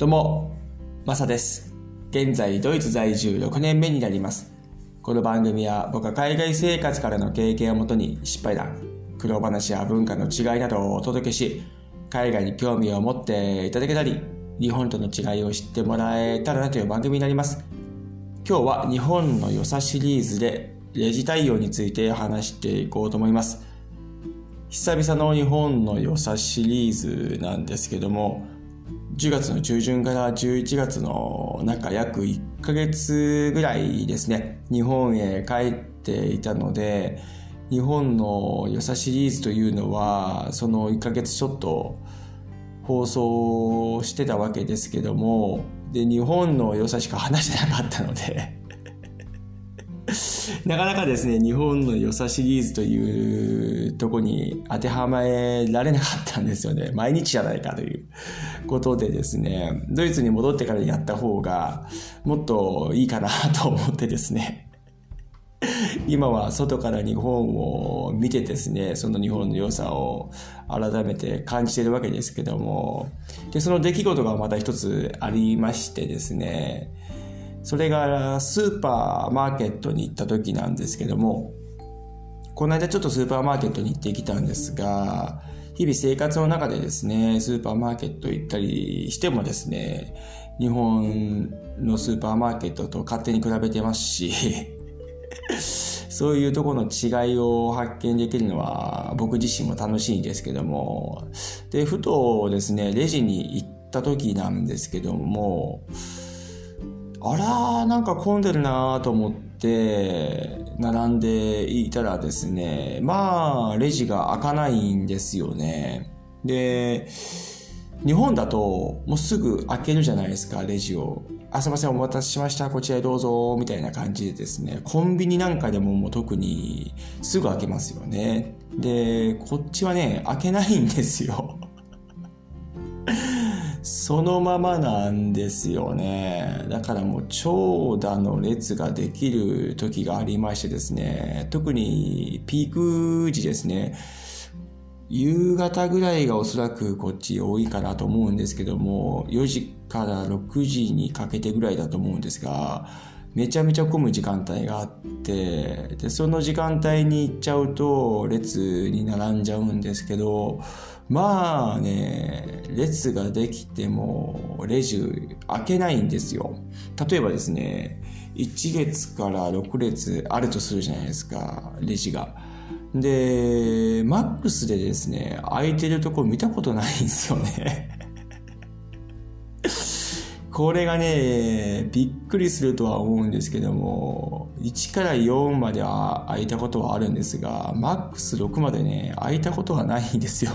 どうも、マサです。現在ドイツ在住6年目になります。この番組は僕は海外生活からの経験をもとに失敗談、苦労話や文化の違いなどをお届けし、海外に興味を持っていただけたり、日本との違いを知ってもらえたらなという番組になります。今日は日本の良さシリーズでレジ対応について話していこうと思います。久々の日本の良さシリーズなんですけども、10月の中旬から11月の約1ヶ月ぐらいですね、日本へ帰っていたので、日本の良さシリーズというのはその1ヶ月ちょっと放送してたわけですけども、で日本の良さしか話してなかったのでなかなかですね、日本の良さシリーズというとこに当てはめられなかったんですよね。毎日じゃないかということでですね、ドイツに戻ってからやった方がもっといいかなと思ってですね、今は外から日本を見てですね、その日本の良さを改めて感じているわけですけども、でその出来事がまた一つありましてですね、それがスーパーマーケットに行った時なんですけども、この間ちょっとスーパーマーケットに行ってきたんですが、日々生活の中でですね、スーパーマーケット行ったりしてもですね、日本のスーパーマーケットと勝手に比べてますしそういうところの違いを発見できるのは僕自身も楽しいんですけども、でふとですね、レジに行った時なんですけども、あら、なんか混んでるなと思って並んでいたらですね、レジが開かないんですよね。で、日本だともうすぐ開けるじゃないですか、レジを。すいません、お待たせしました、こちらへどうぞみたいな感じでですね、コンビニなんかでももう特にすぐ開けますよね。で、こっちはね、開けないんですよそのままなんですよね。だからもう長蛇の列ができる時がありましてですね、特にピーク時ですね、夕方ぐらいがおそらくこっち多いかなと思うんですけども、4時から6時にかけてぐらいだと思うんですが、めちゃめちゃ混む時間帯があって、でその時間帯に行っちゃうと列に並んじゃうんですけど、列ができてもレジ開けないんですよ。例えばですね、1列から6列あるとするじゃないですか、レジが。でマックスでですね、空いてるとこ見たことないんですよねこれがね、びっくりするとは思うんですけども、1から4までは空いたことはあるんですが、マックス6までね、空いたことはないんですよ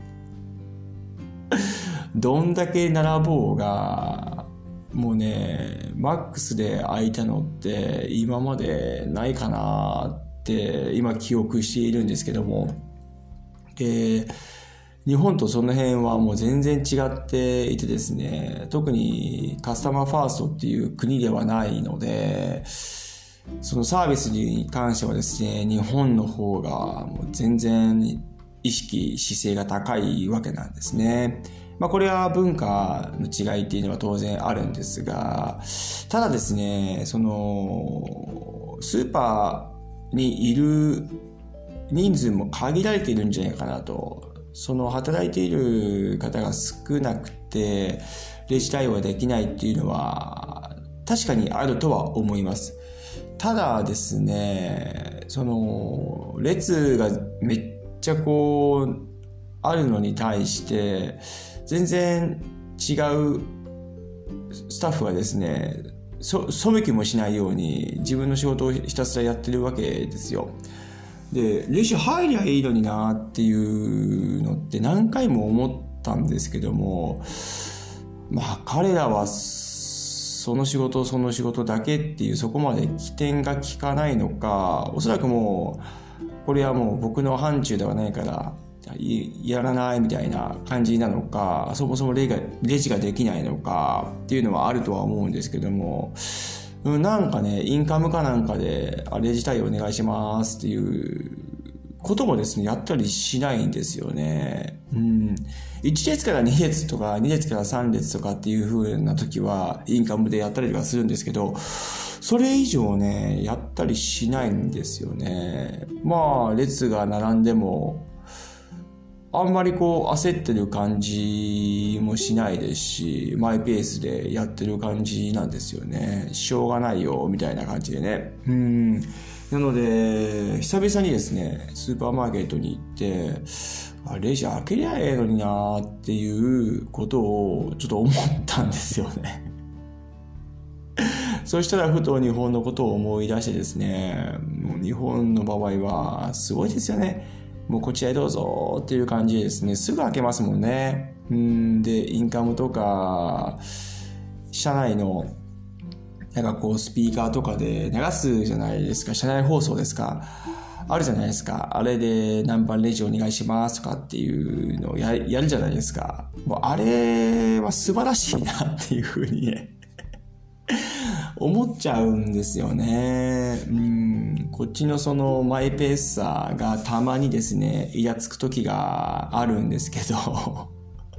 どんだけ並ぼうが、もうね、マックスで空いたのって今までないかなって今記憶しているんですけども、で日本とその辺はもう全然違っていてですね、特にカスタマーファーストっていう国ではないので、そのサービスに関してはですね、日本の方がもう全然意識姿勢が高いわけなんですね。これは文化の違いっていうのは当然あるんですが、ただですね、そのスーパーにいる人数も限られているんじゃないかなと。その働いている方が少なくてレジ対応ができないっていうのは確かにあるとは思います。ただですね、その列がめっちゃあるのに対して全然違うスタッフがですね、背きもしないように自分の仕事をひたすらやってるわけですよ。でレジ入りゃいいのになっていうのって何回も思ったんですけども、彼らはその仕事だけっていう、そこまで起点が効かないのか、おそらくもうこれはもう僕の範疇ではないからやらないみたいな感じなのか、そもそもレジができないのかっていうのはあるとは思うんですけども、なんかね、インカムかなんかでレジ対応お願いしますっていうこともですね、やったりしないんですよね。1列から2列とか、2列から3列とかっていう風な時は、インカムでやったりとかするんですけど、それ以上ね、やったりしないんですよね。まあ、列が並んでも、あんまり焦ってる感じもしないですし、マイペースでやってる感じなんですよね。しょうがないよ、みたいな感じでね。なので、久々にですね、スーパーマーケットに行って、レジ開けりゃええのになーっていうことをちょっと思ったんですよね。そしたらふと日本のことを思い出してですね、もう日本の場合はすごいですよね。もうこちらへどうぞっていう感じでですね、すぐ開けますもんね。で、インカムとか、車内のスピーカーとかで流すじゃないですか。車内放送ですか。あるじゃないですか。あれで何番レジお願いしますとかっていうのをやるじゃないですか。もうあれは素晴らしいなっていうふうにね思っちゃうんですよね。こっちのそのマイペースさがたまにですね、イラつく時があるんですけど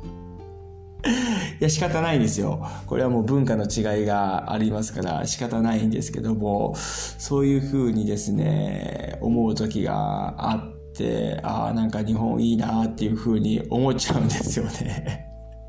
いや仕方ないんですよ。これはもう文化の違いがありますから仕方ないんですけども、そういう風にですね、思う時があって、なんか日本いいなっていう風に思っちゃうんですよね。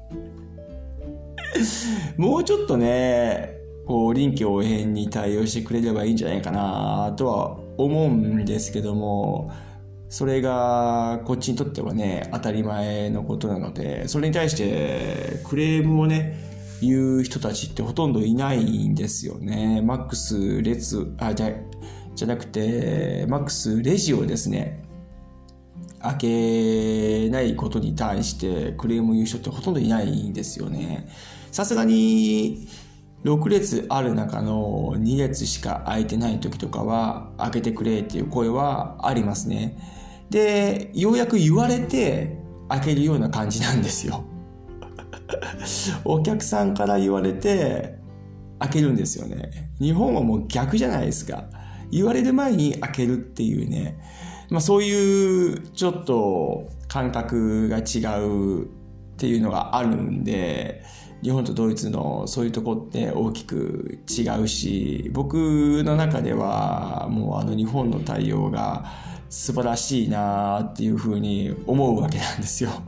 もうちょっとね、臨機応変に対応してくれればいいんじゃないかなとは思うんですけども、それがこっちにとってはね当たり前のことなので、それに対してクレームをね言う人たちってほとんどいないんですよね。マックス列じゃなくてマックスレジをですね開けないことに対してクレームを言う人ってほとんどいないんですよね。さすがに6列ある中の2列しか空いてない時とかは開けてくれっていう声はありますね。で、ようやく言われて開けるような感じなんですよ。お客さんから言われて開けるんですよね。日本はもう逆じゃないですか。言われる前に開けるっていうね。そういうちょっと感覚が違うっていうのがあるんで、日本とドイツのそういうとこって大きく違うし、僕の中ではもう日本の対応が素晴らしいなっていうふうに思うわけなんですよ。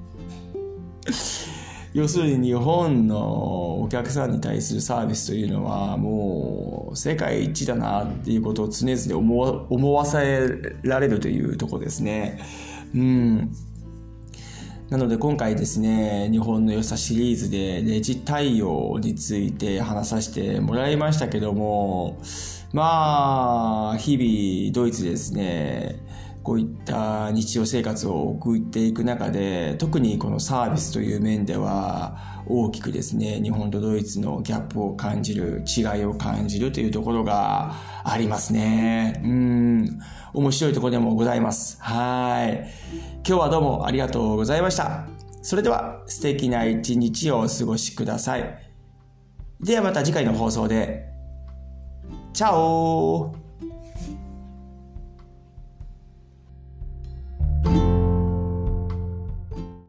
要するに日本のお客さんに対するサービスというのはもう世界一だなっていうことを常々思わせられるというところですね。なので今回ですね、日本の良さシリーズでレジ対応について話させてもらいましたけども、日々ドイツでですね、こういった日常生活を送っていく中で、特にこのサービスという面では大きくですね、日本とドイツのギャップを感じる、違いを感じるというところがありますね。面白いところでもございます。はい。今日はどうもありがとうございました。それでは素敵な一日をお過ごしください。ではまた次回の放送で。チャオー。